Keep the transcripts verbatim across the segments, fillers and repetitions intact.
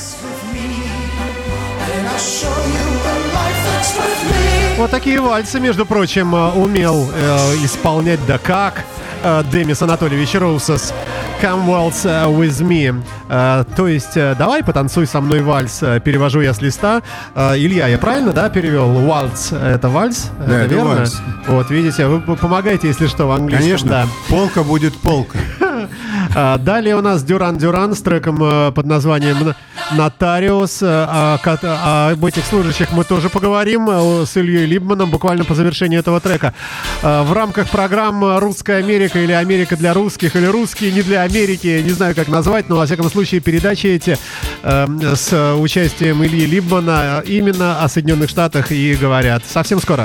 Вот такие вальсы, между прочим, умел э, исполнять да как э, Демис Анатольевич Роусос. Come waltz with me. Э, то есть, э, давай потанцуй со мной вальс. Перевожу я с листа. Э, Илья, я правильно, да, перевел? Вальс — это вальс? Да, это, это верно? вальс. Вот, видите, вы помогаете, если что, в английском. Конечно, да. полка будет полка. Далее у нас Дюран Дюран с треком под названием «Нотариус». Об этих служащих мы тоже поговорим с Ильей Либманом буквально по завершению этого трека. В рамках программ «Русская Америка» или «Америка для русских», или «Русские не для Америки», не знаю, как назвать, но, во всяком случае, передачи эти с участием Ильи Либмана именно о Соединенных Штатах и говорят. Совсем скоро.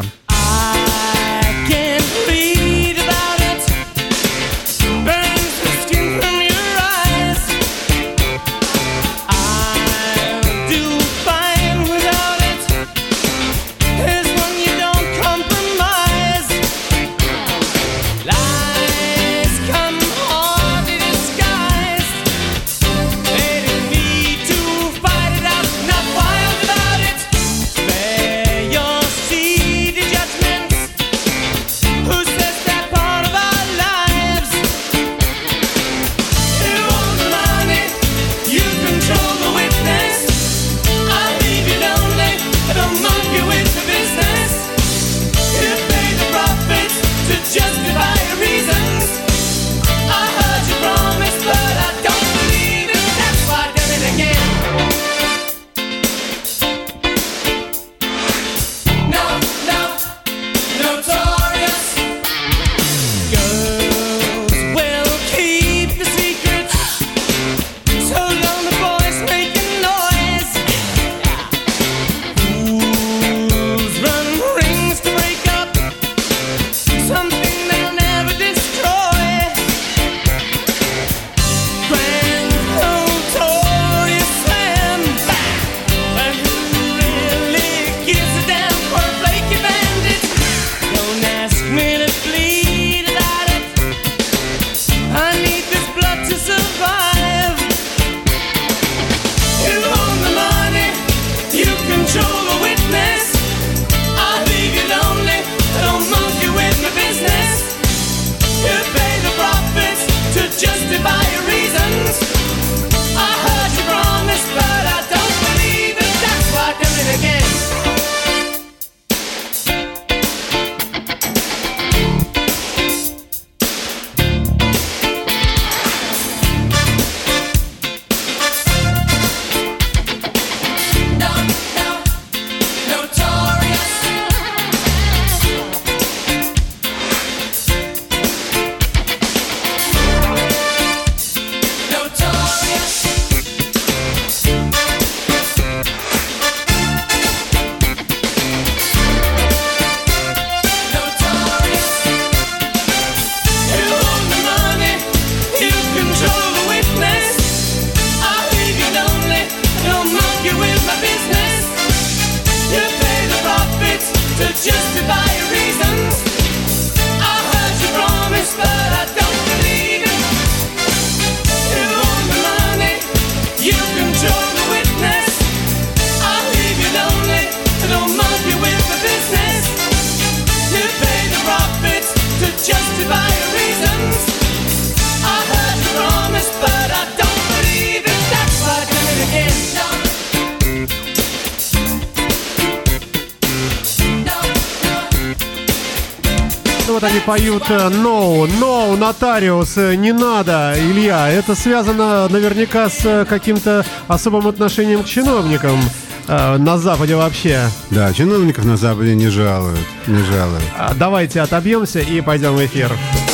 Вот они поют «No, no, нотариус, не надо». Илья, это связано наверняка с каким-то особым отношением к чиновникам э, на Западе вообще. Да, чиновников на Западе не жалуют, не жалуют. А, давайте отобьемся и пойдем в эфир.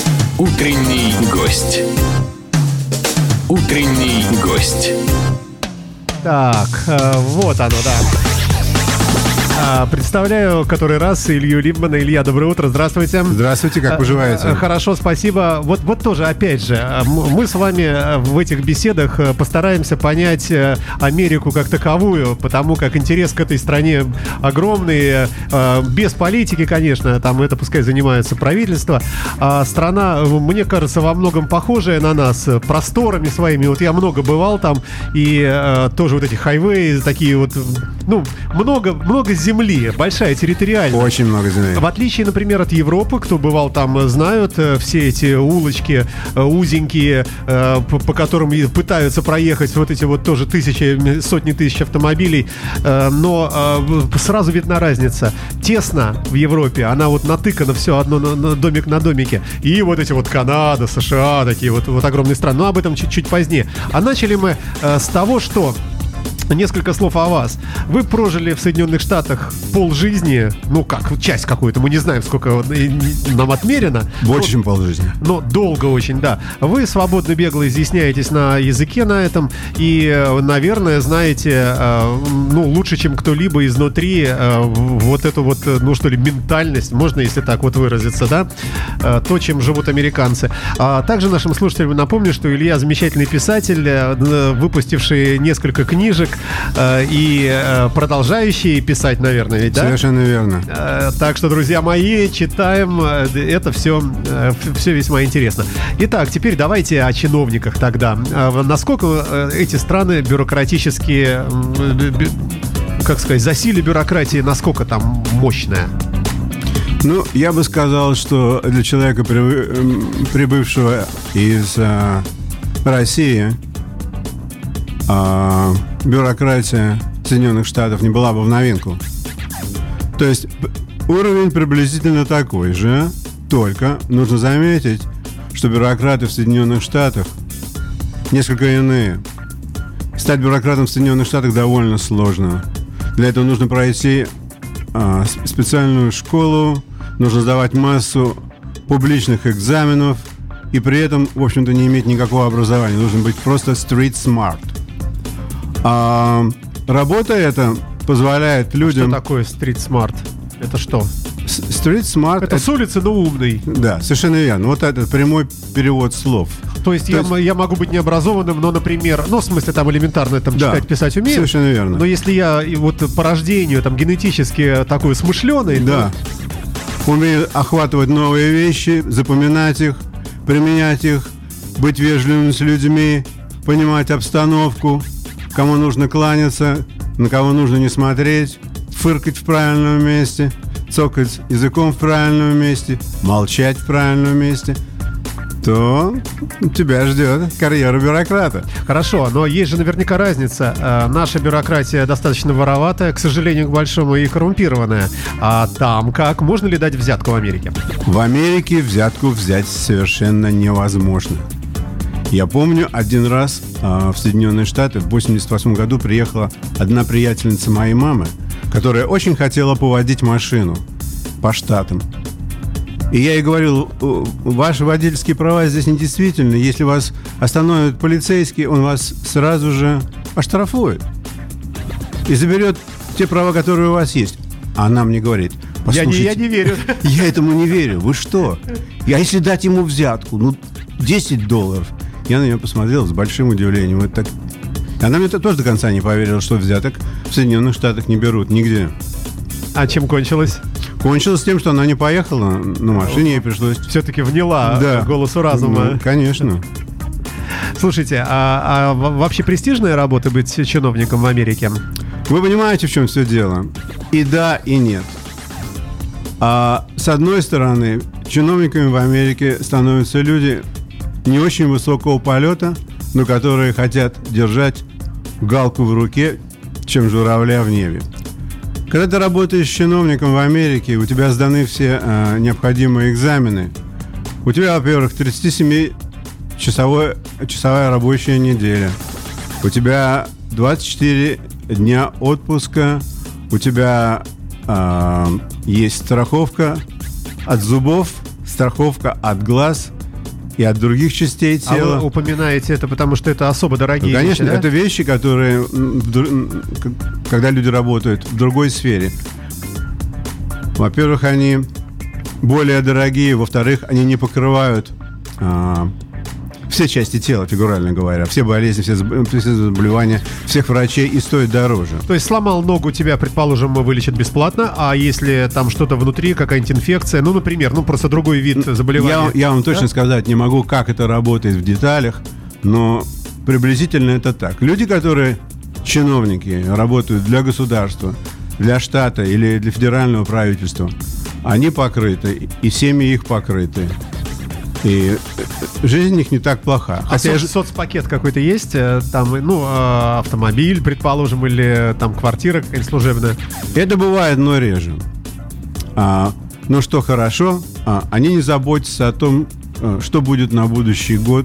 Утренний гость. Утренний гость. Так, э, вот оно, да. А, представляю который раз Илью Либмана. Илья, доброе утро, здравствуйте. Здравствуйте, как поживаете? А, хорошо, спасибо. Вот, вот тоже, опять же, мы с вами в этих беседах постараемся понять Америку как таковую, потому как интерес к этой стране огромный, без политики, конечно, там это пускай занимается правительство. А страна, мне кажется, во многом похожая на нас, просторами своими. Вот я много бывал там, и тоже вот эти хайвеи, такие вот, ну, много, много земли, большая территориальная. Очень много земли. В отличие, например, от Европы, кто бывал там, знают все эти улочки узенькие, по, по которым пытаются проехать вот эти вот тоже тысячи, сотни тысяч автомобилей, но сразу видна разница. Тесно в Европе, она вот натыкана все одно на, на домик на домике, и вот эти вот Канада, США, такие вот, вот огромные страны, но об этом чуть-чуть позднее. А начали мы с того, что несколько слов о вас. Вы прожили в Соединенных Штатах полжизни, ну как, часть какую-то, мы не знаем, сколько нам отмерено. Больше, но, чем полжизни. Но долго очень, да. Вы свободно, бегло изъясняетесь на языке на этом и, наверное, знаете, ну, лучше, чем кто-либо изнутри вот эту вот, ну что ли, ментальность, можно, если так вот выразиться, да, то, чем живут американцы. А также нашим слушателям напомню, что Илья замечательный писатель, выпустивший несколько книжек, и продолжающие писать, наверное, ведь, да? Совершенно верно. Так что, друзья мои, читаем. Это все, все весьма интересно. Итак, теперь давайте о чиновниках тогда. Насколько эти страны бюрократически, как сказать, засилие бюрократии, насколько там мощное? Ну, я бы сказал, что для человека, прибывшего из России, а бюрократия Соединенных Штатов не была бы в новинку. То есть уровень приблизительно такой же, только нужно заметить, что бюрократы в Соединенных Штатах несколько иные. Стать бюрократом в Соединенных Штатах довольно сложно. Для этого нужно пройти а, специальную школу, нужно сдавать массу публичных экзаменов и при этом, в общем-то, не иметь никакого образования. Нужно быть просто street smart. А работа эта позволяет людям... Что такое street smart? Это что? Street smart... Это, это с улицы, но умный. Да, совершенно верно. Вот это прямой перевод слов. То есть, То я, есть... я могу быть необразованным, но, например, ну, в смысле, там, элементарно там, да, читать, писать умею. Совершенно верно. Но если я вот по рождению там генетически такой смышленый... Да. То... Умею охватывать новые вещи, запоминать их, применять их, быть вежливым с людьми, понимать обстановку, кому нужно кланяться, на кого нужно не смотреть, фыркать в правильном месте, цокать языком в правильном месте, молчать в правильном месте, то тебя ждет карьера бюрократа. Хорошо, но есть же наверняка разница. Наша бюрократия достаточно вороватая, к сожалению, к большому, и коррумпированная. А там как? Можно ли дать взятку в Америке? В Америке взятку взять совершенно невозможно. Я помню, один раз э, в Соединенные Штаты в восемьдесят восьмом году приехала одна приятельница моей мамы, которая очень хотела поводить машину по штатам. И я ей говорил: ваши водительские права здесь недействительны. Если вас остановит полицейский, он вас сразу же оштрафует и заберет те права, которые у вас есть. А она мне говорит: послушайте, я не, я не верю. Я этому не верю. Вы что? А если дать ему взятку? Ну, десять долларов. Я на нее посмотрел с большим удивлением. Вот так. Она мне тоже до конца не поверила, что взяток в Соединенных Штатах не берут нигде. А чем кончилось? Кончилось тем, что она не поехала на машине, ей пришлось... Все-таки вняла, да, голосу разума. Ну, конечно. Слушайте, а, а вообще престижная работа быть чиновником в Америке? Вы понимаете, в чем все дело? И да, и нет. А, с одной стороны, чиновниками в Америке становятся люди не очень высокого полета, но которые хотят держать галку в руке, чем журавля в небе. Когда ты работаешь чиновником в Америке, у тебя сданы все э, необходимые экзамены. У тебя, во-первых, тридцатисемичасовая часовая рабочая неделя. У тебя двадцать четыре дня отпуска. У тебя э, есть страховка от зубов, страховка от глаз и от других частей тела. А вы упоминаете это, потому что это особо дорогие ну, конечно, вещи, да? Это вещи, которые, когда люди работают в другой сфере, Во-первых, они более дорогие. Во-вторых, они не покрывают а, все части тела, фигурально говоря. Все болезни, все, все заболевания всех врачей и стоят дороже. То есть сломал ногу, тебя, предположим, вылечат бесплатно, а если там что-то внутри, какая-нибудь инфекция, ну, например, ну, просто другой вид заболевания. Я, я вам точно да? сказать не могу, как это работает в деталях, но приблизительно это так. Люди, которые чиновники, работают для государства, для штата или для федерального правительства, они покрыты, и семьи их покрыты. И жизнь у них не так плоха. А Хотя соц, ж... соцпакет какой-то есть? Там, ну, автомобиль, предположим, или там квартира какая-нибудь служебная? Это бывает, но реже. А, но что хорошо, а, они не заботятся о том, что будет на будущий год,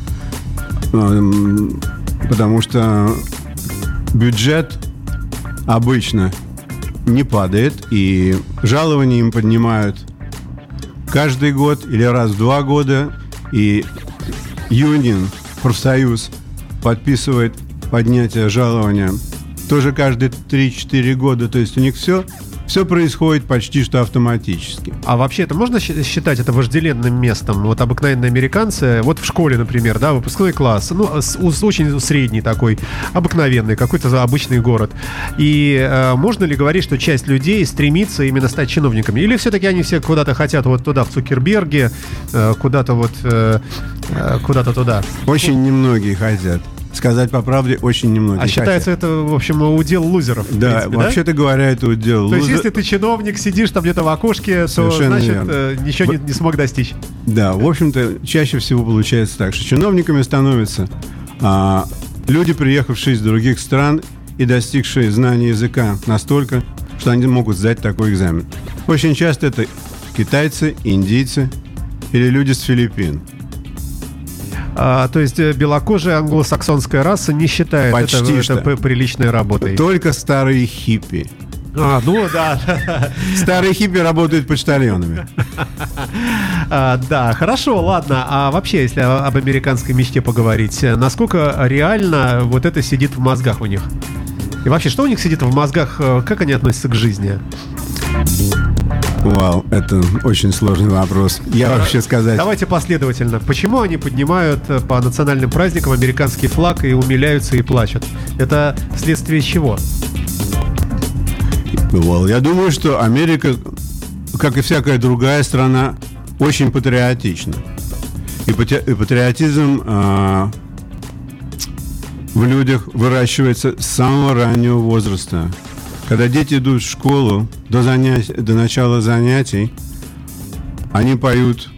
а, потому что бюджет обычно не падает, и жалования им поднимают каждый год или раз в два года, и юнион, профсоюз, подписывает поднятие жалования тоже каждые три-четыре года. То есть у них все, все происходит почти что автоматически. А вообще это можно считать это вожделенным местом? Вот обыкновенные американцы, вот в школе, например, да, выпускной класс, ну, с, с, очень средний такой, обыкновенный, какой-то обычный город. И э, можно ли говорить, что часть людей стремится именно стать чиновниками? Или все-таки они все куда-то хотят вот туда, в Цукерберге, э, куда-то вот, э, э, куда-то туда? Очень немногие хотят. Сказать по правде, очень немногие. А считается хотят. Это, в общем, удел лузеров. Да, принципе, вообще-то да? говоря, это удел лузеров. То лузер... есть, если ты чиновник, сидишь там где-то в окошке, Совершенно то, значит, верно. ничего не, не смог достичь. Да, в общем-то, чаще всего получается так, что чиновниками становятся а, люди, приехавшие из других стран и достигшие знания языка настолько, что они могут сдать такой экзамен. Очень часто это китайцы, индийцы или люди с Филиппин. А, то есть белокожая англосаксонская раса не считает Почти это, что. это приличной работой. Только старые хиппи. А, ну да. Старые хиппи работают почтальонами. а, да, хорошо, ладно. А вообще, если об американской мечте поговорить, насколько реально вот это сидит в мозгах у них? И вообще, что у них сидит в мозгах? Как они относятся к жизни? Вау, это очень сложный вопрос. Я вообще сказать... Давайте последовательно. Почему они поднимают по национальным праздникам американский флаг и умиляются и плачут? Это вследствие чего? Well, я думаю, что Америка, как и всякая другая страна, очень патриотична. И, пати- и патриотизм а, в людях выращивается с самого раннего возраста. Когда дети идут в школу, до, занятий, до начала занятий, они поют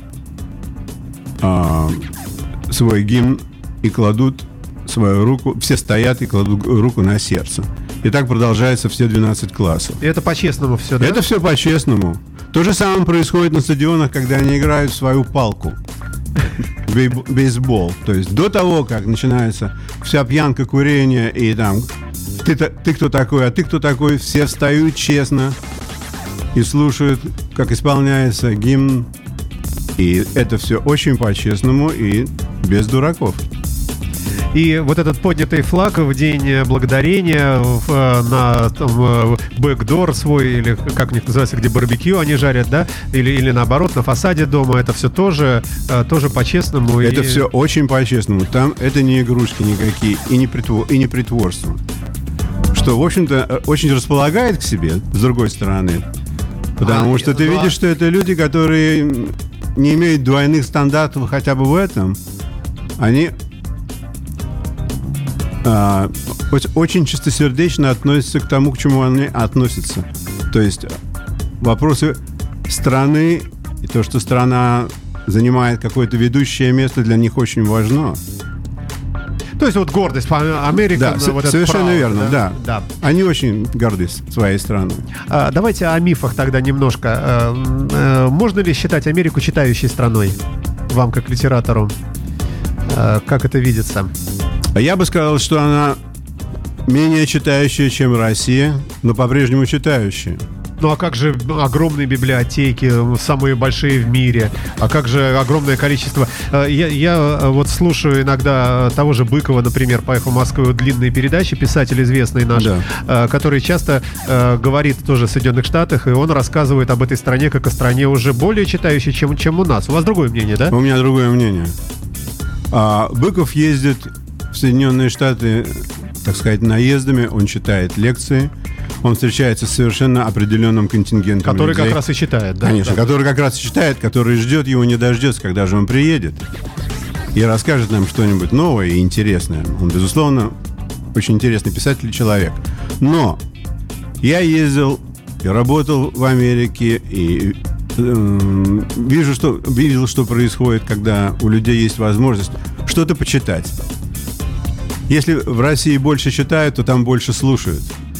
а, свой гимн и кладут свою руку, все стоят и кладут руку на сердце. И так продолжается все двенадцать классов. И это по-честному все, да? Это все по-честному. То же самое происходит на стадионах, когда они играют в свою палку. Бейсбол. То есть до того, как начинается вся пьянка, курение и там... Ты, ты кто такой, а ты кто такой? Все встают честно и слушают, как исполняется гимн. И это все очень по-честному и без дураков. И вот этот поднятый флаг в День Благодарения в, на там, бэкдор свой, или как у них называется, где барбекю они жарят, да? Или, или наоборот, на фасаде дома, это все тоже, тоже по-честному. Это и... все очень по-честному. Там это не игрушки никакие и не, притвор, и не притворство. Что, в общем-то, очень располагает к себе, с другой стороны. Потому а, что ты ну, видишь, что это люди, которые не имеют двойных стандартов хотя бы в этом. Они а, очень чистосердечно относятся к тому, к чему они относятся. То есть вопросы страны и то, что страна занимает какое-то ведущее место, для них очень важно. То есть вот гордость по Америке. Да, вот совершенно право, верно, да? Да. да. Они очень горды своей страной. А, давайте о мифах тогда немножко. А, а, можно ли считать Америку читающей страной? Вам, как литератору. А, как это видится? Я бы сказал, что она менее читающая, чем Россия, но по-прежнему читающая. Ну а как же огромные библиотеки, самые большие в мире? А как же огромное количество... Я, я вот слушаю иногда того же Быкова, например, «Поехал в Москву», длинные передачи, писатель известный наш, да. который часто э, говорит тоже в Соединенных Штатах, и он рассказывает об этой стране как о стране уже более читающей, чем, чем у нас. У вас другое мнение, да? У меня другое мнение. А, Быков ездит в Соединенные Штаты, так сказать, наездами, он читает лекции, он встречается с совершенно определенным контингентом который людей. Который как раз и читает, да? Конечно, да. который как раз и читает, который ждет его, не дождется, когда же он приедет и расскажет нам что-нибудь новое и интересное. Он, безусловно, очень интересный писатель и человек. Но я ездил и работал в Америке, и э, вижу, что, видел, что происходит, когда у людей есть возможность что-то почитать. Если в России больше читают, то там больше слушают.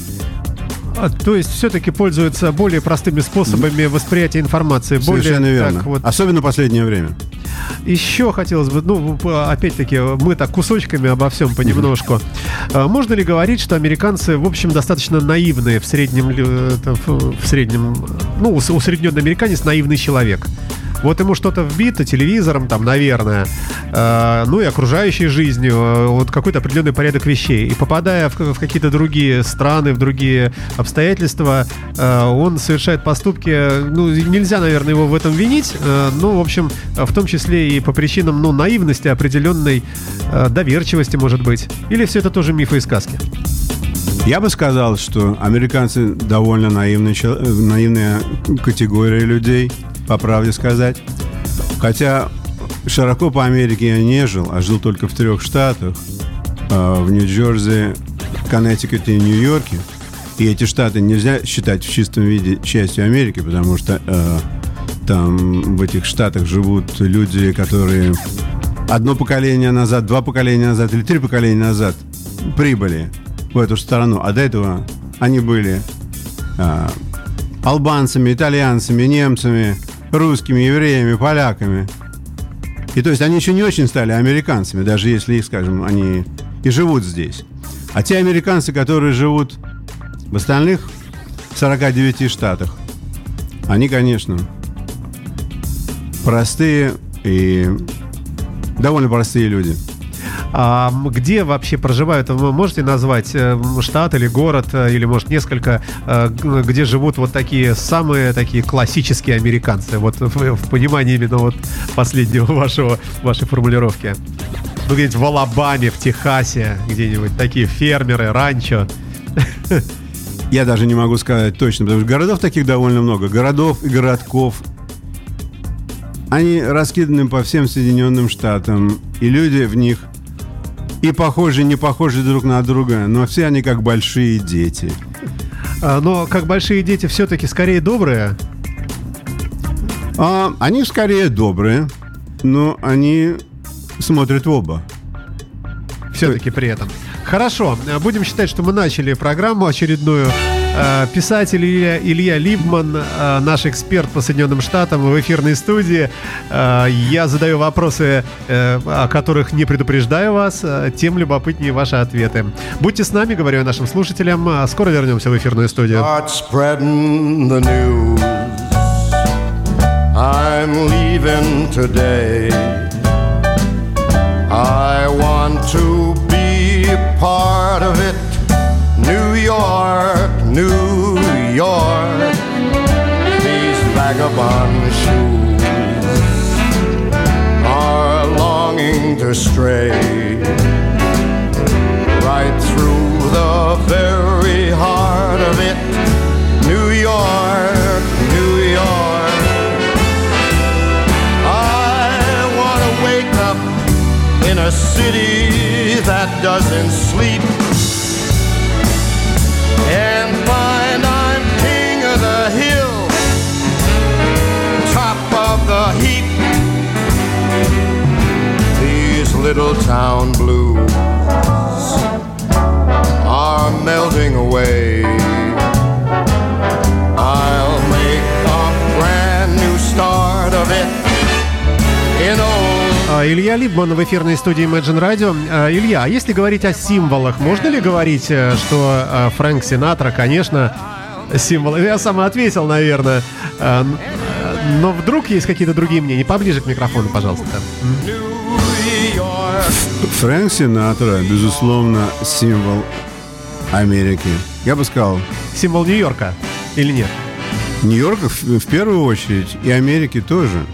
А, то есть все-таки пользуются более простыми способами восприятия информации. Совершенно более, верно. так, вот... Особенно в последнее время. Еще хотелось бы, ну, опять-таки, мы так кусочками обо всем понемножку. Mm-hmm. Можно ли говорить, что американцы, в общем, достаточно наивные в среднем, в среднем, ну, усредненный американец, наивный человек? Вот ему что-то вбито телевизором, там, наверное, э, ну и окружающей жизнью, э, вот какой-то определенный порядок вещей. И попадая в, в какие-то другие страны, в другие обстоятельства, э, он совершает поступки, ну, нельзя, наверное, его в этом винить, э, но, в общем, в том числе и по причинам, ну, наивности, определенной э, доверчивости, может быть. Или все это тоже мифы и сказки? Я бы сказал, что американцы довольно наивные, наивная категория людей, по правде сказать. Хотя широко по Америке я не жил, а жил только в трех штатах. В Нью-Джерси, Коннектикуте и Нью-Йорке. И эти штаты нельзя считать в чистом виде частью Америки, потому что э, там в этих штатах живут люди, которые одно поколение назад, два поколения назад или три поколения назад прибыли в эту страну. А до этого они были э, албанцами, итальянцами, немцами, русскими, евреями, поляками. И то есть они еще не очень стали американцами, даже если, скажем, они и живут здесь. А те американцы, которые живут в остальных сорока девяти штатах, они, конечно, простые и довольно простые люди. А где вообще проживают? Вы можете назвать штат или город, или, может, несколько, где живут вот такие самые такие классические американцы? Вот в, в понимании именно вот последнего вашего, вашей формулировки. Ну, где-нибудь в Алабаме, в Техасе, где-нибудь такие фермеры, ранчо. Я даже не могу сказать точно, потому что городов таких довольно много. Городов и городков. Они раскиданы по всем Соединенным Штатам. И люди в них и похожи, и не похожи друг на друга. Но все они как большие дети. А, но как большие дети все-таки скорее добрые? А, они скорее добрые, но они смотрят в оба. Все-таки при этом. Хорошо, будем считать, что мы начали программу очередную. Писатель Илья, Илья Либман, наш эксперт по Соединенным Штатам, в эфирной студии. Я задаю вопросы, о которых не предупреждаю вас, тем любопытнее ваши ответы. Будьте с нами, говорю я нашим слушателям. Скоро вернемся в эфирную студию. I'm leaving today. I want to be part of it. New York, New York, these vagabond shoes are longing to stray right through the very heart of it. New York, New York, I want to wake up in a city that doesn't sleep and find I'm king of the hill, top of the heap. These little town blues are melting away. I'll make a brand new start of it in old. Илья Либман в эфирной студии Imagine Radio. Илья, а если говорить о символах, можно ли говорить, что Фрэнк Синатра, конечно, символ. Я сам ответил, наверное. Но вдруг есть какие-то другие мнения. Поближе к микрофону, пожалуйста. Фрэнк Синатра, безусловно, символ Америки. Я бы сказал... Символ Нью-Йорка или нет? Нью-Йорка в, в первую очередь, и Америки тоже.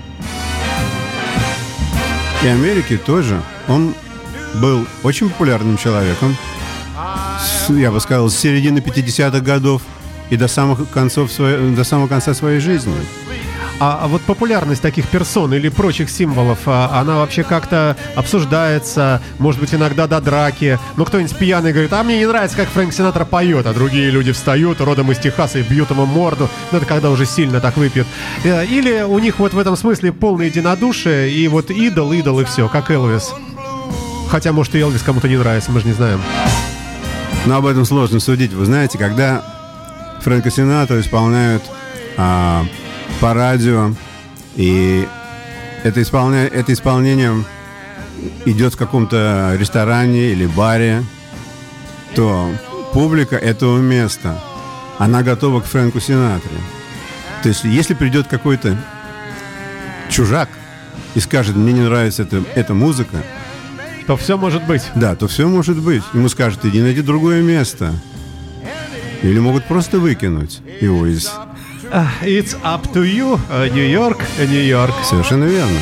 И Америки тоже. Он был очень популярным человеком. С, я бы сказал, с середины пятидесятых годов и до самых концов своей, до самого конца своей жизни. А, а вот популярность таких персон или прочих символов, а, она вообще как-то обсуждается, может быть, иногда до драки. Ну, кто-нибудь пьяный говорит: а мне не нравится, как Фрэнк Синатра поет, а другие люди встают, родом из Техаса, и бьют ему морду. Ну, это когда уже сильно так выпьют. Или у них вот в этом смысле полное единодушие, и вот идол, идол, и все, как Элвис. Хотя, может, и Элвис кому-то не нравится, мы же не знаем. Но об этом сложно судить. Вы знаете, когда Фрэнка Синатру исполняют... А, по радио, и это, исполня... это исполнение идет в каком-то ресторане или баре, то публика этого места, она готова к Фрэнку Синатре. То есть, если придет какой-то чужак и скажет: мне не нравится эта, эта музыка, то все может быть. Да, то все может быть. Ему скажут: иди найди другое место. Или могут просто выкинуть его из... It's up to you, Нью-Йорк, Нью-Йорк. Совершенно верно.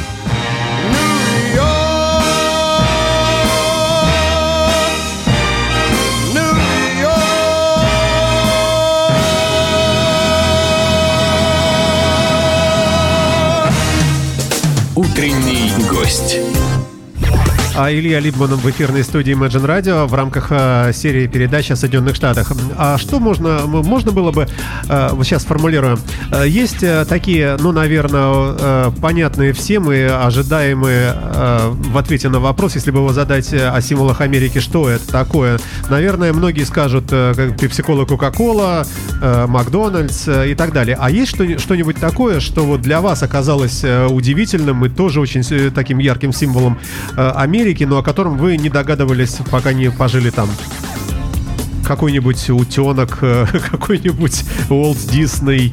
Утренний гость. А Илья Либманов в эфирной студии Imagine Radio в рамках э, серии передач о Соединенных Штатах. А что можно, можно было бы, э, вот сейчас сформулирую, э, есть э, такие, ну, наверное, э, понятные всем и ожидаемые э, в ответе на вопрос, если бы его задать о символах Америки, что это такое. Наверное, многие скажут э, Пепси-кола, Кока-кола, э, Макдональдс э, и так далее. А есть что, что-нибудь такое, что вот для вас оказалось э, удивительным и тоже очень э, таким ярким символом э, Америки, но о котором вы не догадывались, пока не пожили там? Какой-нибудь утенок, какой-нибудь Уолт Дисней.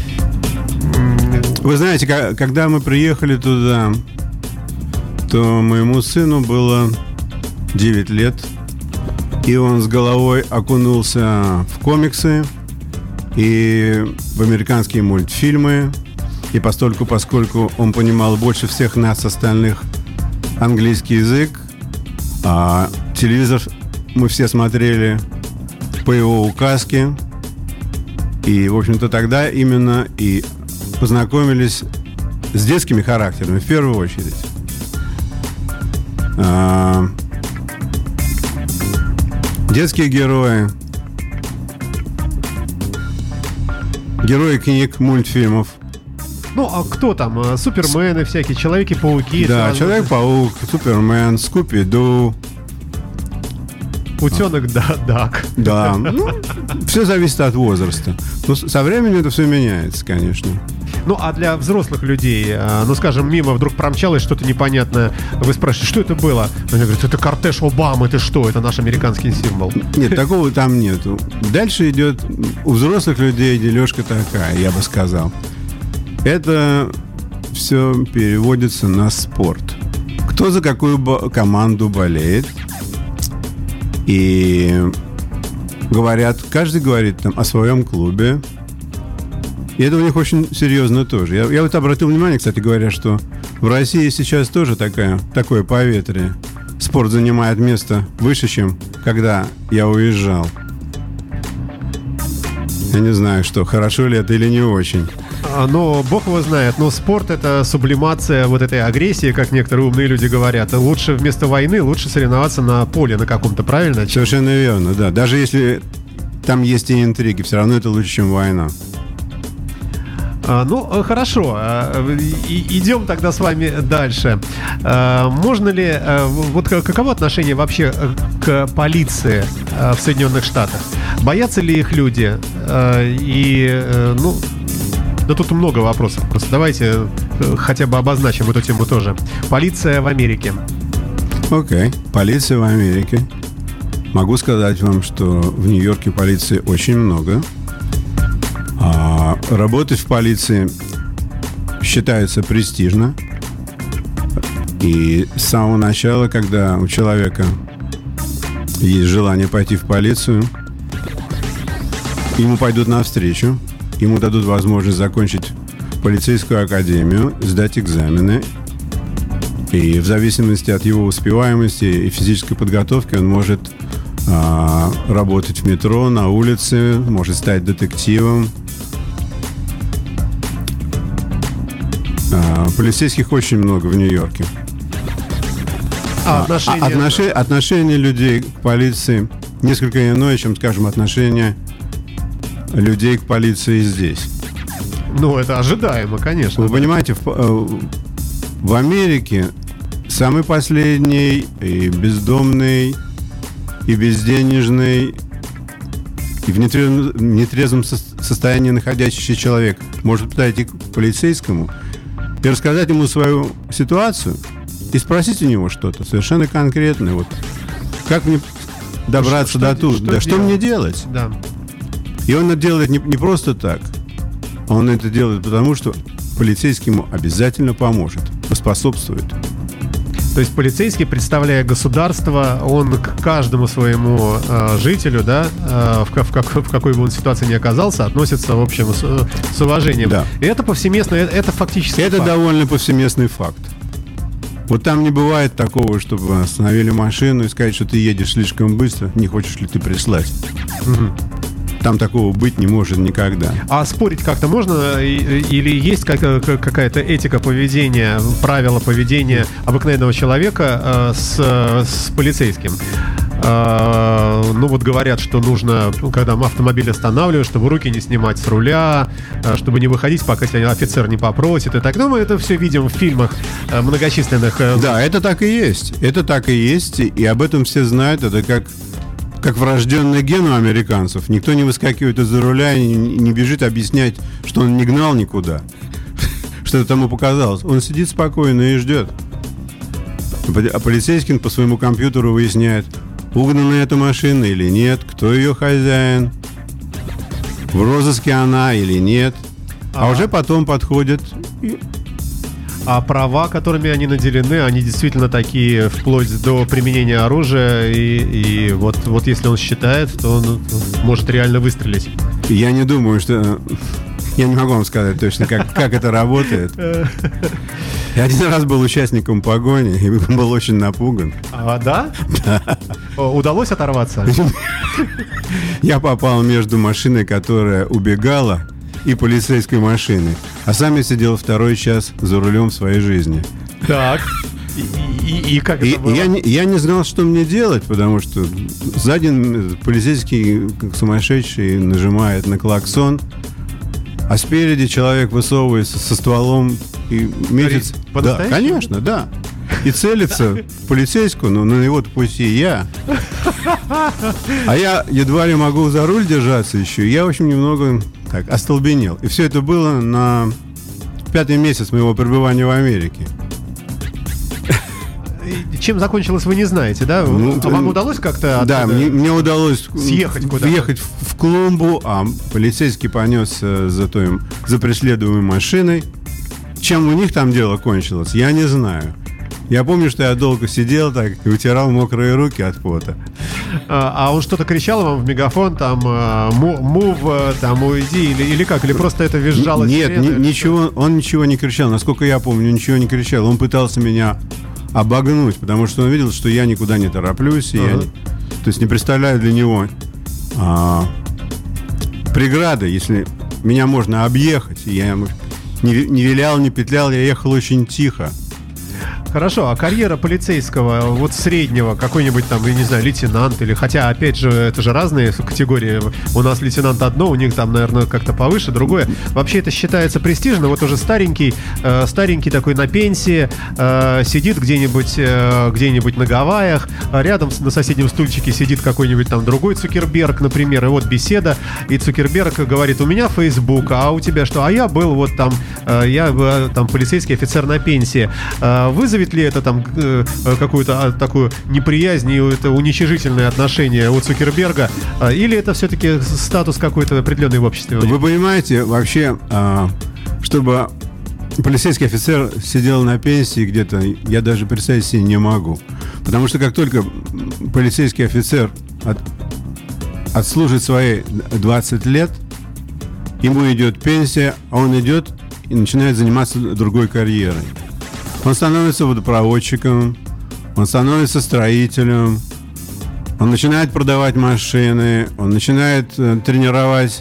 Вы знаете, когда мы приехали туда, то моему сыну было девять лет, и он с головой окунулся в комиксы и в американские мультфильмы, и постольку, поскольку он понимал больше всех нас остальных английский язык, а телевизор мы все смотрели по его указке. И, в общем-то, тогда именно и познакомились с детскими характерами, в первую очередь. А, детские герои, герои книг, мультфильмов. Ну, а кто там? Супермены всякие, Человеки-пауки. Да, сразу... Человек-паук, Супермен, Скуби-Ду. Утенок, да, Дак. Да, ну, все зависит от возраста. Но со временем это все меняется, конечно. Ну, а для взрослых людей, ну, скажем, мимо вдруг промчалось что-то непонятное, вы спрашиваете, что это было? Они говорят: это кортеж Обамы, это что? Это наш американский символ. Нет, такого там нету. Дальше идет у взрослых людей дележка такая, я бы сказал. Это все переводится на спорт. Кто за какую бо- команду болеет. И говорят, каждый говорит там о своем клубе. И это у них очень серьезно тоже. Я, я вот обратил внимание, кстати говоря, что в России сейчас тоже такая, такое поветрие. Спорт занимает место выше, чем когда я уезжал. Я не знаю, что, хорошо ли это или не очень. Но бог его знает, но спорт — это сублимация вот этой агрессии, как некоторые умные люди говорят. Лучше вместо войны, лучше соревноваться на поле на каком-то, правильно? Совершенно верно, да. Даже если там есть и интриги, все равно это лучше, чем война. А, ну, хорошо. И, идем тогда с вами дальше. А, можно ли... Вот каково отношение вообще к полиции в Соединенных Штатах? Боятся ли их люди? И, ну... Да тут много вопросов. Просто давайте хотя бы обозначим эту тему тоже. Полиция в Америке. Окей, okay. Полиция в Америке. Могу сказать вам, что в Нью-Йорке полиции очень много. А, работать в полиции считается престижно. И с самого начала, когда у человека есть желание пойти в полицию, ему пойдут навстречу, ему дадут возможность закончить полицейскую академию, сдать экзамены. И в зависимости от его успеваемости и физической подготовки он может а, работать в метро, на улице, может стать детективом. А, полицейских очень много в Нью-Йорке. А отношения... А, отношения, отношения людей к полиции несколько иное, чем, скажем, отношения людей к полиции здесь. Ну, это ожидаемо, конечно. Вы да. понимаете, в, в Америке самый последний и бездомный, и безденежный, и в нетрезвом, нетрезвом состоянии находящийся человек может подойти к полицейскому и рассказать ему свою ситуацию и спросить у него что-то совершенно конкретное. Вот как мне добраться что, до что, туда? что Да что мне делать? Да. И он это делает не, не просто так. Он это делает потому, что полицейский ему обязательно поможет, поспособствует. То есть полицейский, представляя государство, он к каждому своему э, жителю, да, э, в, в, как, в какой бы он ситуации ни оказался, относится, в общем, с, с уважением. Да. И это повсеместно, это, это фактически Это факт. довольно повсеместный факт. Вот там не бывает такого, чтобы остановили машину и сказать, что ты едешь слишком быстро, не хочешь ли ты прислать. Угу. Там такого быть не может никогда. А спорить как-то можно? Или есть какая-то этика поведения, правила поведения обыкновенного человека с, с полицейским? Ну вот говорят, что нужно, когда автомобиль останавливаешь, чтобы руки не снимать с руля, чтобы не выходить, пока тебя офицер не попросит и так. Ну, мы это все видим в фильмах многочисленных. Да, это так и есть. Это так и есть, и об этом все знают. Это как... Как врожденный ген у американцев. Никто не выскакивает из-за руля и не бежит объяснять, что он не гнал никуда. Что это ему показалось. Он сидит спокойно и ждет. А полицейский по своему компьютеру выясняет, угнана эта машина или нет, кто ее хозяин, в розыске она или нет. А, а уже потом подходит и... А права, которыми они наделены, они действительно такие, вплоть до применения оружия. И, и вот, вот если он считает, то он может реально выстрелить. Я не думаю, что... Я не могу вам сказать точно, как, как это работает. Я один раз был участником погони и был очень напуган. А, да? Да. Удалось оторваться? Я попал между машиной, которая убегала, и полицейской машины. А сам я сидел второй час за рулем в своей жизни. Так. И, и, и как это и, было? Я не, я не знал, что мне делать, потому что сзади полицейский, как сумасшедший, нажимает на клаксон, а спереди человек высовывается со стволом и метит... Да, конечно, да. И целится в полицейскую, но на него-то пути я. А я едва ли могу за руль держаться еще. Я, в общем, немного так остолбенел. И все это было на пятый месяц моего пребывания в Америке. Чем закончилось, вы не знаете, да? Ну, а вам удалось как-то... Да, мне, мне удалось съехать куда-то, въехать в, в клумбу, а полицейский понес за, той, за преследуемой машиной. Чем у них там дело кончилось, я не знаю. Я помню, что я долго сидел так и утирал мокрые руки от пота. А, а он что-то кричал вам в мегафон, там, мув, там, уйди, или, или как? Или просто это визжало? Нет, ни, ничего, он ничего не кричал. Насколько я помню, ничего не кричал. Он пытался меня обогнуть, потому что он видел, что я никуда не тороплюсь. И uh-huh. я, то есть не представляю для него а, преграды, если меня можно объехать. Я не, не вилял, не петлял, я ехал очень тихо. Хорошо, а карьера полицейского, вот среднего, какой-нибудь там, я не знаю, лейтенант, или хотя, опять же, это же разные категории. У нас лейтенант одно, у них там, наверное, как-то повыше, другое. Вообще это считается престижно. Вот уже старенький, э, старенький такой на пенсии, э, сидит где-нибудь, э, где-нибудь на Гавайях, а рядом на соседнем стульчике сидит какой-нибудь там другой Цукерберг, например, и вот беседа, и Цукерберг говорит: у меня Facebook, а у тебя что? А я был вот там, э, я э, там полицейский офицер на пенсии. Э, вызови вызовет ли это там э, какую-то а, такую неприязнь и это уничижительное отношение у Цукерберга, а, или это все-таки статус какой-то определенный в обществе? Вы понимаете, вообще, а, чтобы полицейский офицер сидел на пенсии где-то, я даже представить себе не могу. Потому что как только полицейский офицер от, отслужит свои двадцать лет, ему идет пенсия, а он идет и начинает заниматься другой карьерой. Он становится водопроводчиком, он становится строителем, он начинает продавать машины, он начинает э, тренировать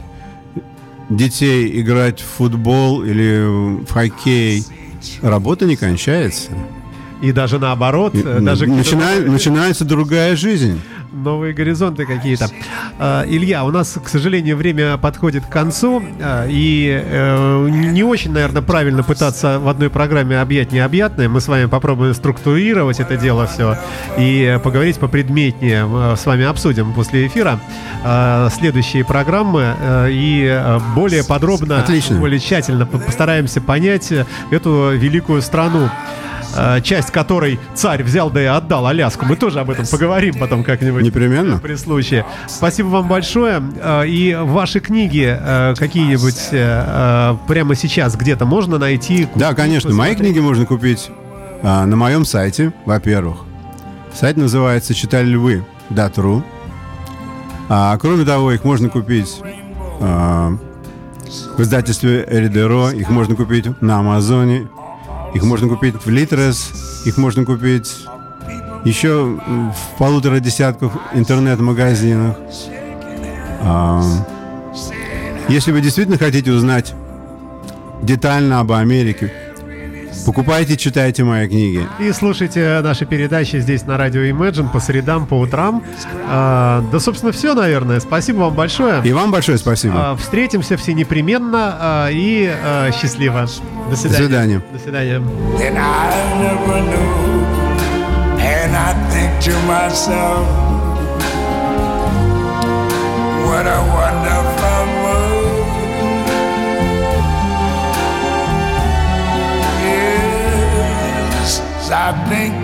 детей играть в футбол или в хоккей. Работа не кончается. И даже наоборот, И, даже начинает, новые, начинается другая жизнь. новые горизонты какие-то. А, Илья, у нас, к сожалению, время подходит к концу, а, и э, не очень, наверное, правильно пытаться в одной программе объять необъятное. Мы с вами попробуем структурировать это дело все и поговорить попредметнее. Мы с вами обсудим после эфира э, следующие программы э, и э, более подробно, Отлично. более тщательно постараемся понять эту великую страну, часть которой царь взял да и отдал, Аляску. Мы тоже об этом поговорим потом как-нибудь. Непременно. При случае. Спасибо вам большое. И ваши книги какие-нибудь прямо сейчас где-то можно найти? Купить, Да, конечно. посмотреть? Мои книги можно купить а, на моем сайте, во-первых. Сайт называется читали львы точка ру. А кроме того, их можно купить а, в издательстве Эридеро, их можно купить на Амазоне, их можно купить в Литрес, их можно купить еще в полутора десятках интернет-магазинах. А, если вы действительно хотите узнать детально об Америке, покупайте, читайте мои книги. И слушайте наши передачи здесь на радио Imagine по средам, по утрам. А, да, собственно, все, наверное. Спасибо вам большое. И вам большое спасибо. А, встретимся все непременно а, и а, счастливо. До свидания. До свидания. До свидания. Then I never knew, and I think to myself, what a wonderful world. Yes, I think